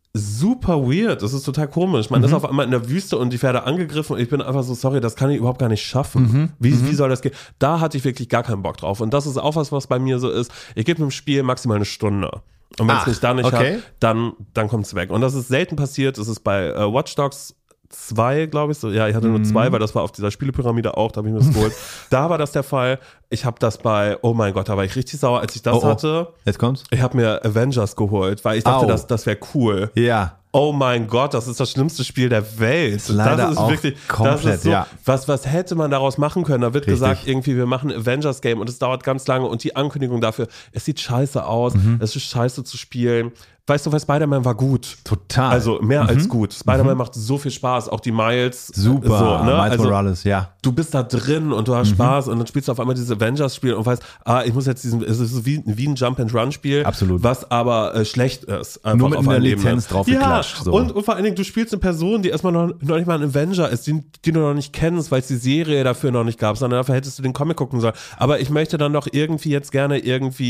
super weird, das ist total komisch. Man ist auf einmal in der Wüste und die Pferde angegriffen und ich bin einfach so, sorry, das kann ich überhaupt gar nicht schaffen. Wie soll das gehen? Da hatte ich wirklich gar keinen Bock drauf. Und das ist auch was bei mir so ist, ich gebe dem Spiel maximal eine Stunde. Und wenn es mich da nicht hat, dann kommt es weg. Und das ist selten passiert. Es ist bei Watch Dogs 2, glaube ich. So. Ja, ich hatte nur 2, weil das war auf dieser Spielepyramide auch, da habe ich mir das geholt. Da war das der Fall. Ich habe das oh mein Gott, da war ich richtig sauer, als ich das hatte. Jetzt kommt's. Ich habe mir Avengers geholt, weil ich dachte, das wäre cool. Ja. Oh mein Gott, das ist das schlimmste Spiel der Welt. Leider das ist auch wirklich komplett, das ist so, was hätte man daraus machen können? Da wird gesagt, irgendwie, wir machen ein Avengers-Game und es dauert ganz lange und die Ankündigung dafür, es sieht scheiße aus, es ist scheiße zu spielen. Weißt du, weil Spider-Man war gut. Total. Also mehr als gut. Spider-Man macht so viel Spaß, auch die Miles. Super, so, ne? Miles Morales, Du bist da drin und du hast Spaß und dann spielst du auf einmal dieses Avengers-Spiel und weißt, ich muss jetzt es ist wie ein Jump-and-Run-Spiel, was aber schlecht ist. Nur mit einer Lizenz drauf geklatscht. So. Und vor allen Dingen, du spielst eine Person, die erstmal noch nicht mal ein Avenger ist, die du noch nicht kennst, weil es die Serie dafür noch nicht gab, sondern dafür hättest du den Comic gucken sollen. Aber ich möchte dann doch irgendwie jetzt gerne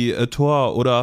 Thor oder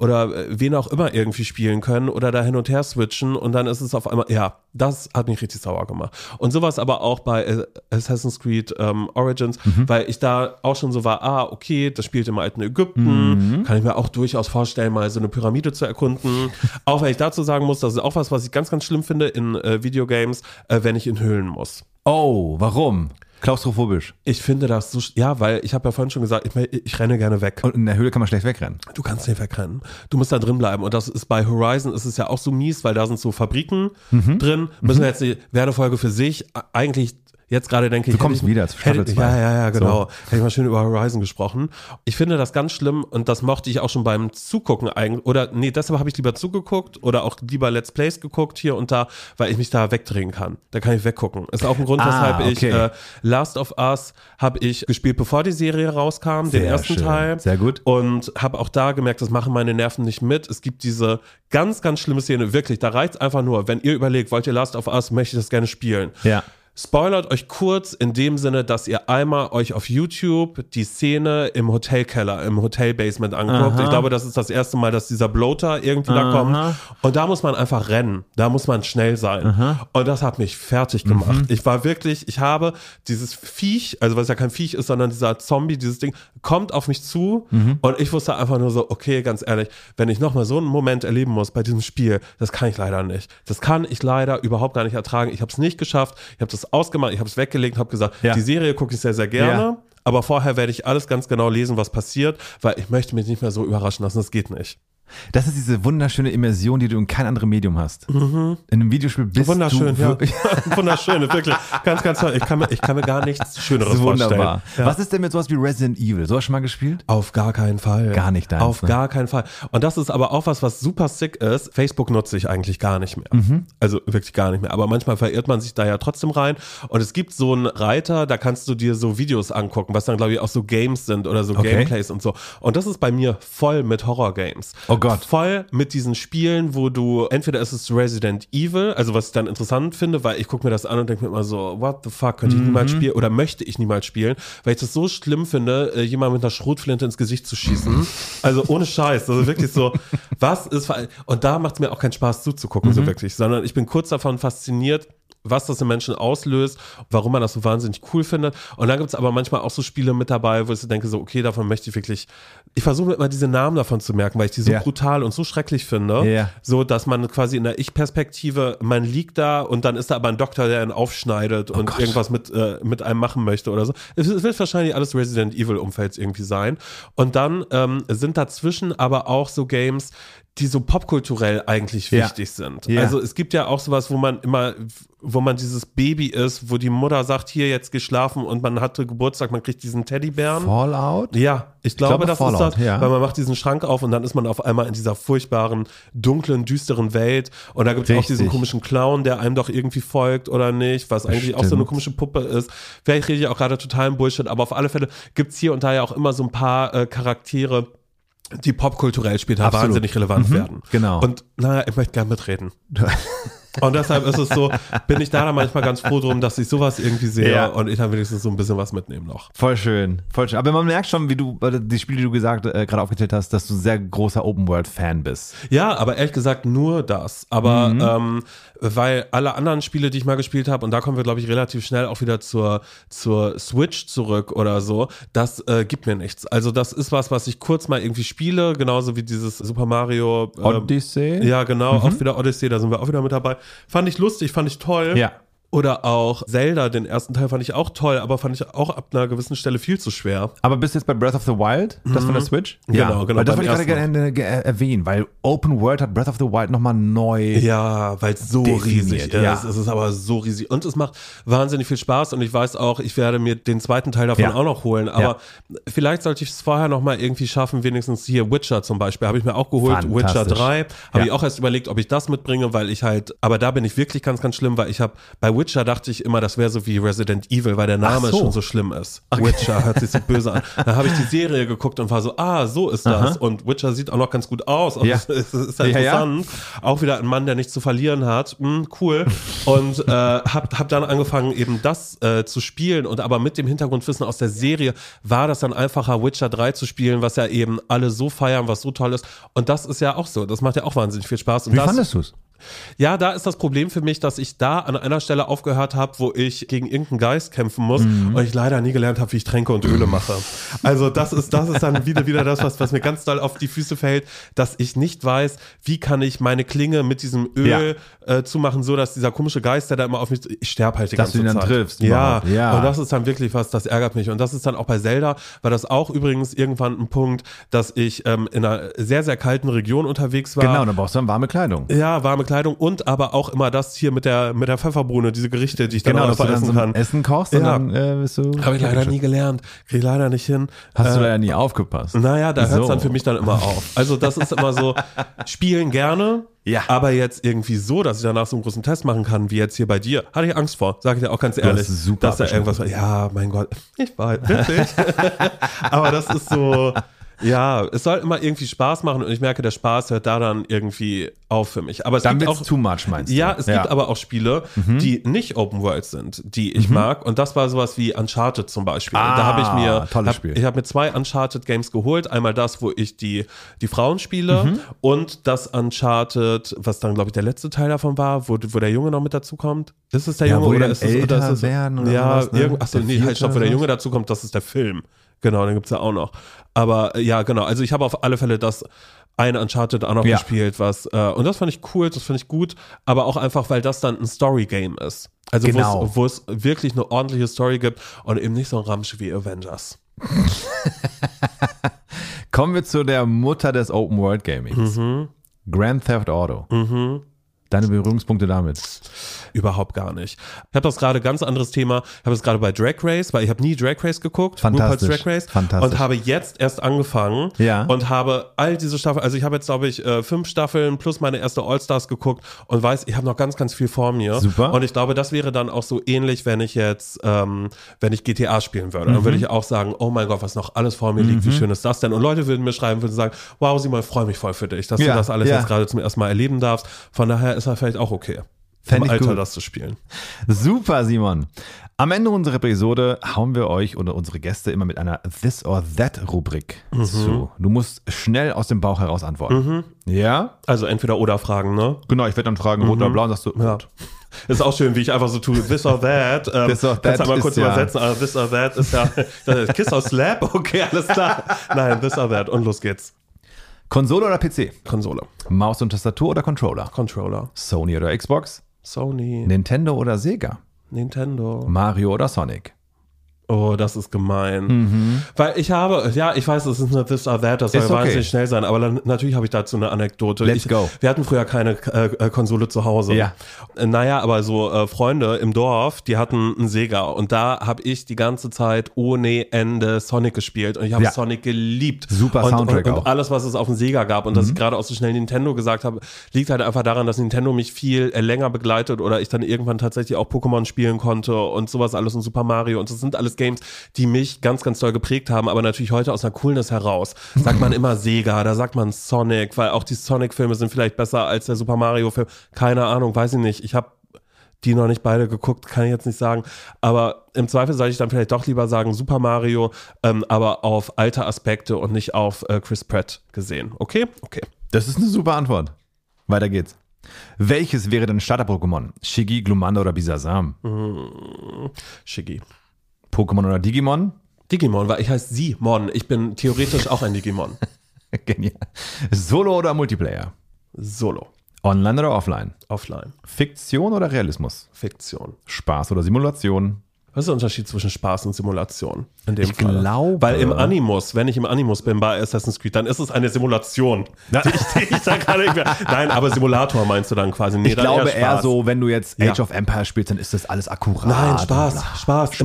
wen auch immer irgendwie spielen können oder da hin und her switchen und dann ist es auf einmal, das hat mich richtig sauer gemacht. Und sowas aber auch bei Assassin's Creed Origins, weil ich da auch schon so war, okay, das spielt im alten Ägypten, kann ich mir auch durchaus vorstellen, mal so eine Pyramide zu erkunden. Auch wenn ich dazu sagen muss, das ist auch was ich ganz, ganz schlimm finde in Videogames, wenn ich in Höhlen muss. Oh, warum? Klaustrophobisch. Ich finde das so, weil ich habe ja vorhin schon gesagt, ich renne gerne weg. Und in der Höhle kann man schlecht wegrennen. Du kannst nicht wegrennen. Du musst da drin bleiben. Und das ist bei Horizon ist es ja auch so mies, weil da sind so Fabriken drin. Müssen wir jetzt wäre eine Folge für sich. Eigentlich jetzt gerade denke ich. Du kommst wieder zu Staffel 2. Ja, genau. Hätte ich mal schön über Horizon gesprochen. Ich finde das ganz schlimm und das mochte ich auch schon beim Zugucken eigentlich. Deshalb habe ich lieber zugeguckt oder auch lieber Let's Plays geguckt hier und da, weil ich mich da wegdrehen kann. Da kann ich weggucken. Ist auch ein Grund, weshalb ich Last of Us habe ich gespielt, bevor die Serie rauskam, den ersten Teil. Sehr gut. Und habe auch da gemerkt, das machen meine Nerven nicht mit. Es gibt diese ganz, ganz schlimme Szene. Wirklich, da reicht es einfach nur, wenn ihr überlegt, wollt ihr Last of Us, möchte ich das gerne spielen. Ja. Spoilert euch kurz in dem Sinne, dass ihr einmal euch auf YouTube die Szene im Hotelkeller, im Hotelbasement anguckt. Ich glaube, das ist das erste Mal, dass dieser Bloater irgendwie da kommt. Und da muss man einfach rennen. Da muss man schnell sein. Und das hat mich fertig gemacht. Ich habe dieses Viech, also was ja kein Viech ist, sondern dieser Zombie, dieses Ding, kommt auf mich zu. Und ich wusste einfach nur so, okay, ganz ehrlich, wenn ich nochmal so einen Moment erleben muss bei diesem Spiel, das kann ich leider nicht. Das kann ich leider überhaupt gar nicht ertragen. Ich habe es nicht geschafft. Ich habe das ausgemacht, ich habe es weggelegt, habe gesagt, die Serie gucke ich sehr, sehr gerne, aber vorher werde ich alles ganz genau lesen, was passiert, weil ich möchte mich nicht mehr so überraschen lassen, das geht nicht. Das ist diese wunderschöne Immersion, die du in keinem anderen Medium hast. In einem Videospiel bist wunderschön, du wirklich. Wunderschön, wirklich. Ganz, ganz toll. Ich kann mir gar nichts Schöneres vorstellen. Wunderbar. Ja. Was ist denn mit sowas wie Resident Evil? So hast du schon mal gespielt? Auf gar keinen Fall. Gar nicht deins. Auf gar keinen Fall. Und das ist aber auch was super sick ist. Facebook nutze ich eigentlich gar nicht mehr. Also wirklich gar nicht mehr. Aber manchmal verirrt man sich da ja trotzdem rein. Und es gibt so einen Reiter, da kannst du dir so Videos angucken, was dann glaube ich auch so Games sind oder so Gameplays und so. Und das ist bei mir voll mit Horror-Games. Oh Gott. Voll mit diesen Spielen, wo du, entweder ist es Resident Evil, also was ich dann interessant finde, weil ich gucke mir das an und denke mir immer so, what the fuck, könnte ich niemals spielen oder möchte ich niemals spielen, weil ich das so schlimm finde, jemand mit einer Schrotflinte ins Gesicht zu schießen. Also ohne Scheiß, also wirklich so, was ist, und da macht es mir auch keinen Spaß zuzugucken, so wirklich, sondern ich bin kurz davon fasziniert, was das in Menschen auslöst, warum man das so wahnsinnig cool findet. Und dann gibt es aber manchmal auch so Spiele mit dabei, wo ich so denke, so okay, davon möchte ich wirklich, ich versuche mir immer diese Namen davon zu merken, weil ich die so brutal und so schrecklich finde, so dass man quasi in der Ich-Perspektive, man liegt da und dann ist da aber ein Doktor, der einen aufschneidet und irgendwas mit einem machen möchte oder so. Es wird wahrscheinlich alles Resident Evil-Umfeld irgendwie sein. Und dann sind dazwischen aber auch so Games, die so popkulturell eigentlich wichtig sind. Also es gibt ja auch sowas, wo man dieses Baby ist, wo die Mutter sagt, hier, jetzt geschlafen und man hatte Geburtstag, man kriegt diesen Teddybären. Fallout? Ja, ich glaube, das Fallout, ist das, weil man macht diesen Schrank auf und dann ist man auf einmal in dieser furchtbaren, dunklen, düsteren Welt und da gibt es auch diesen komischen Clown, der einem doch irgendwie folgt oder nicht, was eigentlich auch so eine komische Puppe ist. Vielleicht rede ich auch gerade totalen Bullshit, aber auf alle Fälle gibt es hier und da ja auch immer so ein paar Charaktere, die popkulturell später wahnsinnig relevant werden. Genau. Und ich möchte gerne mitreden. Und deshalb ist es so, bin ich da dann manchmal ganz froh drum, dass ich sowas irgendwie sehe und ich dann wenigstens so ein bisschen was mitnehmen noch. Voll schön, voll schön. Aber man merkt schon, wie du die Spiele, die du gerade aufgezählt hast, dass du ein sehr großer Open-World-Fan bist. Ja, aber ehrlich gesagt nur das. Aber weil alle anderen Spiele, die ich mal gespielt habe, und da kommen wir, glaube ich, relativ schnell auch wieder zur Switch zurück oder so, das gibt mir nichts. Also das ist was ich kurz mal irgendwie spiele, genauso wie dieses Super Mario Odyssey? Ja, genau, auch wieder Odyssey, da sind wir auch wieder mit dabei. Fand ich lustig, fand ich toll. Ja. Oder auch Zelda, den ersten Teil fand ich auch toll, aber fand ich auch ab einer gewissen Stelle viel zu schwer. Aber bist du jetzt bei Breath of the Wild, das von der Switch? Genau. Weil das wollte ich gerade gerne erwähnen, weil Open World hat Breath of the Wild nochmal neu. Ja, weil es so riesig ist. Ja. Es ist aber so riesig. Und es macht wahnsinnig viel Spaß und ich weiß auch, ich werde mir den zweiten Teil davon auch noch holen. Aber vielleicht sollte ich es vorher nochmal irgendwie schaffen, wenigstens hier Witcher zum Beispiel. Habe ich mir auch geholt, Witcher 3. Habe ich auch erst überlegt, ob ich das mitbringe, weil ich halt, aber da bin ich wirklich ganz, ganz schlimm, weil ich habe, bei Witcher dachte ich immer, das wäre so wie Resident Evil, weil der Name schon so schlimm ist. Okay. Witcher hört sich so böse an. Da habe ich die Serie geguckt und war so, so ist das. Aha. Und Witcher sieht auch noch ganz gut aus. Also es ist ja interessant. Auch wieder ein Mann, der nichts zu verlieren hat. Cool. Und hab dann angefangen, eben das zu spielen. Und aber mit dem Hintergrundwissen aus der Serie war das dann einfacher, Witcher 3 zu spielen, was ja eben alle so feiern, was so toll ist. Und das ist ja auch so. Das macht ja auch wahnsinnig viel Spaß. Und wie fandest du es? Ja, da ist das Problem für mich, dass ich da an einer Stelle aufgehört habe, wo ich gegen irgendeinen Geist kämpfen muss und ich leider nie gelernt habe, wie ich Tränke und Öle mache. Also das ist dann wieder das, was mir ganz doll auf die Füße fällt, dass ich nicht weiß, wie kann ich meine Klinge mit diesem Öl zumachen, so dass dieser komische Geist, der da immer auf mich, ich sterbe halt die ganze Zeit. Dass du ihn dann triffst. Ja, und das ist dann wirklich was, das ärgert mich. Und das ist dann auch bei Zelda, war das auch übrigens irgendwann ein Punkt, dass ich in einer sehr, sehr kalten Region unterwegs war. Genau, dann brauchst du dann warme Kleidung. Ja, warme Kleidung und aber auch immer das hier mit der Pfefferbohne, diese Gerichte, die ich dann auch dass du dann essen kann. Essen kochst und dann bist du... Habe ich leider nie gelernt. Kriege ich leider nicht hin. Hast du leider nie aufgepasst? Naja, da hört es dann für mich dann immer auf. Also das ist immer so, spielen gerne, aber jetzt irgendwie so, dass ich danach so einen großen Test machen kann, wie jetzt hier bei dir, hatte ich Angst vor, sage ich dir auch ganz ehrlich. Das ist super. Dass da irgendwas war, ja, mein Gott, ich war halt witzig. Aber das ist so... Ja, es soll immer irgendwie Spaß machen und ich merke, der Spaß hört da dann irgendwie auf für mich. Aber es dann gibt auch too much, meinst du? Ja, es gibt aber auch Spiele, die nicht Open World sind, die ich mag. Und das war sowas wie Uncharted zum Beispiel. Da habe ich mir, ich habe mir 2 Uncharted Games geholt. Einmal das, wo ich die Frauen spiele und das Uncharted, was dann glaube ich der letzte Teil davon war, wo der Junge noch mit dazu kommt. Ist es der Junge oder ist es werden oder ja, sowas, ne? Stopp, wo der Junge dazu kommt, das ist der Film. Genau, den gibt's ja auch noch. Aber ja, genau, also ich habe auf alle Fälle das eine Uncharted auch noch gespielt, was und das fand ich cool, das fand ich gut, aber auch einfach, weil das dann ein Story-Game ist. Also wo es wirklich eine ordentliche Story gibt und eben nicht so ein Ramsch wie Avengers. Kommen wir zu der Mutter des Open-World-Gamings. Grand Theft Auto. Deine Berührungspunkte damit? Überhaupt gar nicht. Ich habe das gerade ganz anderes Thema. Ich habe das gerade bei Drag Race, weil ich habe nie Drag Race geguckt. Fantastisch. Drag Race. Und habe jetzt erst angefangen und habe all diese Staffeln, also ich habe jetzt glaube ich 5 Staffeln plus meine erste All-Stars geguckt und weiß, ich habe noch ganz, ganz viel vor mir. Super. Und ich glaube, das wäre dann auch so ähnlich, wenn ich jetzt, wenn ich GTA spielen würde. Dann würde ich auch sagen, oh mein Gott, was noch alles vor mir liegt, wie schön ist das denn? Und Leute würden mir schreiben, würden sagen, wow, Simon, ich freue mich voll für dich, dass du das alles jetzt gerade zum ersten Mal erleben darfst. Von daher ist er vielleicht auch okay. Im Alter gut, das zu spielen. Super, Simon. Am Ende unserer Episode hauen wir euch oder unsere Gäste immer mit einer This or That Rubrik zu. Du musst schnell aus dem Bauch heraus antworten. Ja? Also entweder oder Fragen, ne? Genau, ich werde dann fragen, rot oder blau, und sagst du rot. Ist auch schön, wie ich einfach so tue, this or that. This or that kannst du mal kurz übersetzen, this or that ist ja Kiss or Slap, okay, alles klar. Nein, this or that und los geht's. Konsole oder PC? Konsole. Maus und Tastatur oder Controller? Controller. Sony oder Xbox? Sony. Nintendo oder Sega? Nintendo. Mario oder Sonic? Oh, das ist gemein. Weil ich habe, ich weiß, es ist eine This or That, das soll wahnsinnig schnell sein, aber natürlich habe ich dazu eine Anekdote. Let's go. Wir hatten früher keine Konsole zu Hause. Ja. Naja, aber so Freunde im Dorf, die hatten einen Sega und da habe ich die ganze Zeit ohne Ende Sonic gespielt und ich habe Sonic geliebt. Super Soundtrack und alles, was es auf dem Sega gab und dass ich gerade auch so schnell Nintendo gesagt habe, liegt halt einfach daran, dass Nintendo mich viel länger begleitet oder ich dann irgendwann tatsächlich auch Pokémon spielen konnte und sowas alles und Super Mario und das sind alles Games, Games, die mich ganz, ganz doll geprägt haben, aber natürlich heute aus einer Coolness heraus. Sagt man immer Sega, da sagt man Sonic, weil auch die Sonic-Filme sind vielleicht besser als der Super Mario-Film. Keine Ahnung, weiß ich nicht. Ich habe die noch nicht beide geguckt, kann ich jetzt nicht sagen. Aber im Zweifel sollte ich dann vielleicht doch lieber sagen Super Mario, aber auf alte Aspekte und nicht auf Chris Pratt gesehen. Okay? Okay. Das ist eine super Antwort. Weiter geht's. Welches wäre denn Starter-Pokémon? Shiggy, Glumanda oder Bisasam? Shiggy. Pokémon oder Digimon? Digimon, weil ich heiße Simon. Ich bin theoretisch auch ein Digimon. Genial. Solo oder Multiplayer? Solo. Online oder offline? Offline. Fiktion oder Realismus? Fiktion. Spaß oder Simulation? Was ist der Unterschied zwischen Spaß und Simulation? In dem Ich Fall? glaube... Weil im Animus, wenn ich im Animus bin bei Assassin's Creed, dann ist es eine Simulation. Ich sag gar nicht mehr. Nein, aber Simulator meinst du dann quasi. Nee, ich glaube eher so, wenn du jetzt Age of Empires spielst, dann ist das alles akkurat. Nein, Spaß.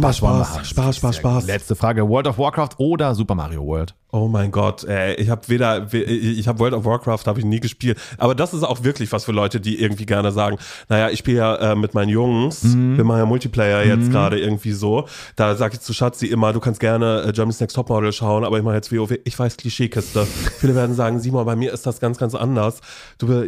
Spaß. Letzte Frage, World of Warcraft oder Super Mario World? Oh mein Gott, ich habe World of Warcraft habe ich nie gespielt, aber das ist auch wirklich was für Leute, die irgendwie gerne sagen, naja, ich spiele ja mit meinen Jungs, wir machen ja Multiplayer jetzt gerade irgendwie so, da sage ich zu Schatzi immer, du kannst gerne Germany's Next Topmodel schauen, aber ich mache jetzt WoW, ich weiß, Klischeekiste. Viele werden sagen, Simon, bei mir ist das ganz, ganz anders. Nee,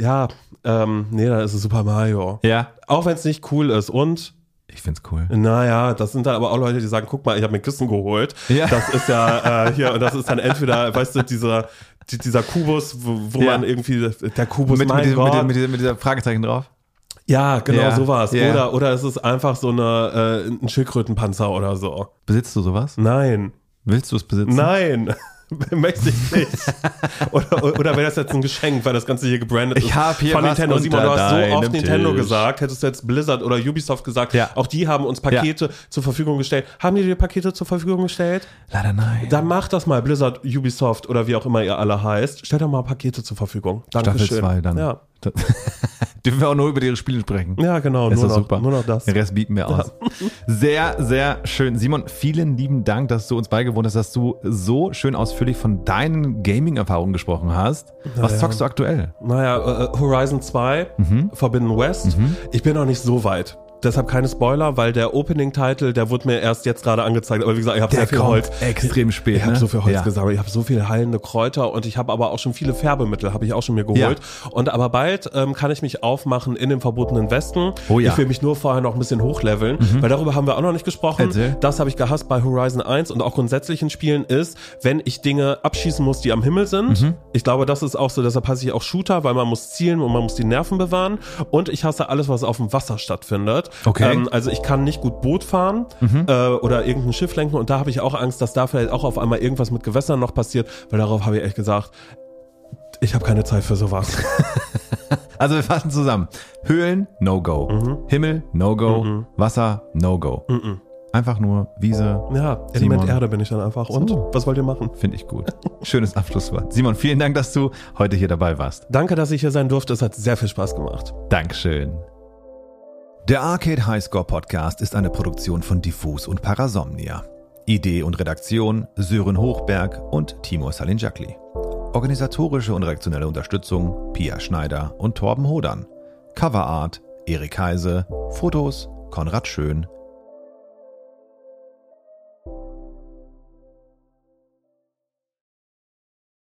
dann ist es Super Mario. Ja. Auch wenn es nicht cool ist und... Ich find's cool. Naja, das sind dann aber auch Leute, die sagen, guck mal, ich habe mir Kissen geholt. Ja. Das ist ja hier, und das ist dann entweder, weißt du, dieser Kubus, wo man irgendwie, der Kubus, mit dieser Fragezeichen drauf? Ja, genau, sowas. Yeah. Oder es ist einfach so ein Schildkrötenpanzer oder so. Besitzt du sowas? Nein. Willst du es besitzen? Nein. Möchte ich nicht. Oder wäre das jetzt ein Geschenk, weil das Ganze hier gebrandet ist von Nintendo. Simon, du hast so oft Nintendo gesagt, hättest du jetzt Blizzard oder Ubisoft gesagt, auch die haben uns Pakete zur Verfügung gestellt. Haben die dir Pakete zur Verfügung gestellt? Leider nein. Dann macht das mal, Blizzard, Ubisoft oder wie auch immer ihr alle heißt. Stellt doch mal Pakete zur Verfügung. Dankeschön. Staffel 2 dann. Ja. Dürfen wir auch nur über ihre Spiele sprechen. Ja, genau. Das ist super. Nur noch das. Den Rest bieten wir aus. Sehr, sehr schön. Simon, vielen lieben Dank, dass du uns beigewohnt hast, dass du so schön ausführlich von deinen Gaming-Erfahrungen gesprochen hast. Was zockst du aktuell? Horizon 2, Forbidden West. Ich bin noch nicht so weit. Deshalb keine Spoiler, weil der Opening-Title, der wurde mir erst jetzt gerade angezeigt. Aber wie gesagt, ich habe sehr viel Holz. Extrem spät. Ich habe so viel Holz gesammelt. Ich habe so viele heilende Kräuter und ich habe aber auch schon viele Färbemittel, habe ich auch schon mir geholt. Ja. Und aber bald kann ich mich aufmachen in den verbotenen Westen. Oh ja. Ich will mich nur vorher noch ein bisschen hochleveln, weil darüber haben wir auch noch nicht gesprochen. Erzähl. Das habe ich gehasst bei Horizon 1 und auch grundsätzlich in Spielen ist, wenn ich Dinge abschießen muss, die am Himmel sind. Ich glaube, das ist auch so, deshalb hasse ich auch Shooter, weil man muss zielen und man muss die Nerven bewahren. Und ich hasse alles, was auf dem Wasser stattfindet. Okay. Also ich kann nicht gut Boot fahren oder irgendein Schiff lenken und da habe ich auch Angst, dass da vielleicht auch auf einmal irgendwas mit Gewässern noch passiert, weil darauf habe ich echt gesagt, ich habe keine Zeit für sowas. Also wir fassen zusammen. Höhlen, No-Go. Himmel, No-Go. Wasser, No-Go. Einfach nur Wiese. Ja, Element Erde bin ich dann einfach. Und was wollt ihr machen? Finde ich gut. Schönes Abschlusswort. Simon, vielen Dank, dass du heute hier dabei warst. Danke, dass ich hier sein durfte. Es hat sehr viel Spaß gemacht. Dankeschön. Der Arcade Highscore Podcast ist eine Produktion von Diffus und Parasomnia. Idee und Redaktion Sören Hochberg und Timur Salinjacli. Organisatorische und redaktionelle Unterstützung Pia Schneider und Torben Hodern. Coverart Erik Heise. Fotos Konrad Schön.